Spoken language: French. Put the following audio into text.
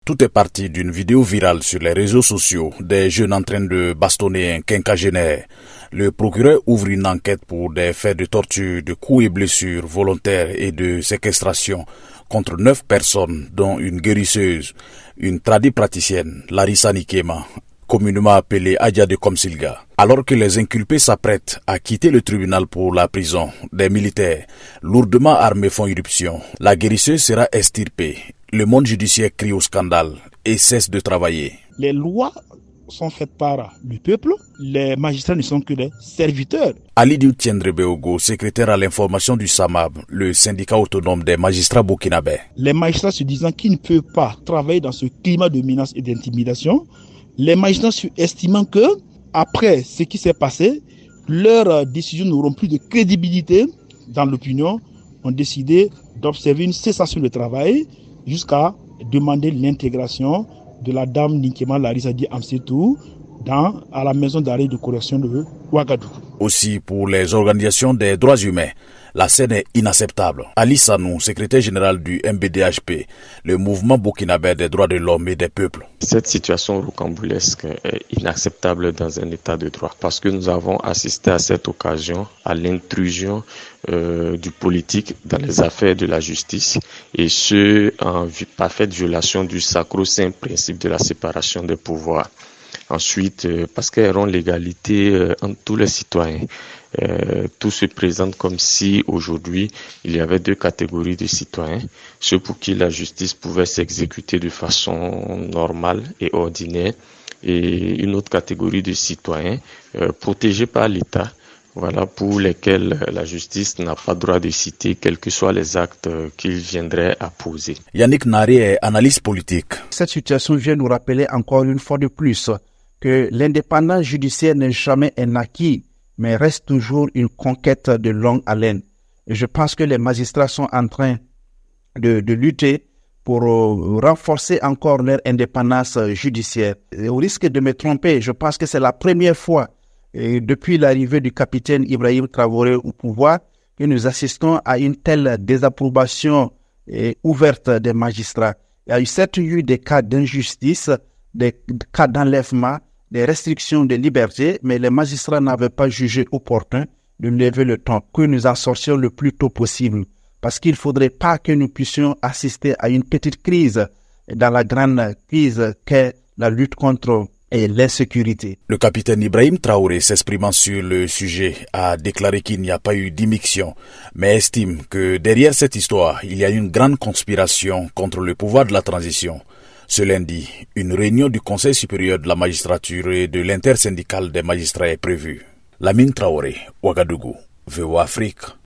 Tout est parti d'une vidéo virale sur les réseaux sociaux des jeunes en train de bastonner un quinquagénaire. Le procureur ouvre une enquête pour des faits de torture, de coups et blessures volontaires et de séquestration contre 9 personnes, dont une guérisseuse, une tradipraticienne, Larissa Nikema, communément appelée Adja de Komsilga. Alors que les inculpés s'apprêtent à quitter le tribunal pour la prison, des militaires lourdement armés font irruption. La guérisseuse sera extirpée. Le monde judiciaire crie au scandale et cesse de travailler. Les lois sont faites par le peuple, les magistrats ne sont que des serviteurs. Alidiou Tiendrebeogo, secrétaire à l'information du SAMAB, le syndicat autonome des magistrats burkinabés. Les magistrats se disant qu'ils ne peuvent pas travailler dans ce climat de menace et d'intimidation, les magistrats estimant que, après ce qui s'est passé, leurs décisions n'auront plus de crédibilité dans l'opinion, ont décidé d'observer une cessation de travail jusqu'à demander l'intégration de la dame Nikema Larissa Di Amsetou à la maison d'arrêt de correction de Ouagadougou. Aussi pour les organisations des droits humains, la scène est inacceptable. Ali Sanou, secrétaire général du MBDHP, le mouvement burkinabé des droits de l'homme et des peuples. Cette situation rocambolesque est inacceptable dans un état de droit parce que nous avons assisté à cette occasion à l'intrusion du politique dans les affaires de la justice et ce en parfaite violation du sacro-saint principe de la séparation des pouvoirs. Ensuite, parce qu'elle rend l'égalité entre tous les citoyens. Tout se présente comme si aujourd'hui il y avait 2 catégories de citoyens, ceux pour qui la justice pouvait s'exécuter de façon normale et ordinaire, et une autre catégorie de citoyens protégés par l'État, voilà, pour lesquels la justice n'a pas droit de citer quels que soient les actes qu'il viendrait à poser. Yannick Nari est analyste politique. Cette situation vient nous rappeler encore une fois de plus que l'indépendance judiciaire n'est jamais un acquis, mais reste toujours une conquête de longue haleine. Et je pense que les magistrats sont en train de lutter pour renforcer encore leur indépendance judiciaire. Et au risque de me tromper, je pense que c'est la première fois depuis l'arrivée du capitaine Ibrahim Traoré au pouvoir que nous assistons à une telle désapprobation ouverte des magistrats. Il y a certes eu des cas d'injustice, des cas d'enlèvement, des restrictions de liberté, mais les magistrats n'avaient pas jugé opportun de lever le ton, que nous en sortions le plus tôt possible. Parce qu'il ne faudrait pas que nous puissions assister à une petite crise dans la grande crise qu'est la lutte contre l'insécurité. Le capitaine Ibrahim Traoré, s'exprimant sur le sujet, a déclaré qu'il n'y a pas eu d'immixtion, mais estime que derrière cette histoire, il y a une grande conspiration contre le pouvoir de la transition. Ce lundi, une réunion du Conseil supérieur de la magistrature et de l'intersyndicale des magistrats est prévue. Lamine Traoré, Ouagadougou, VOA Afrique.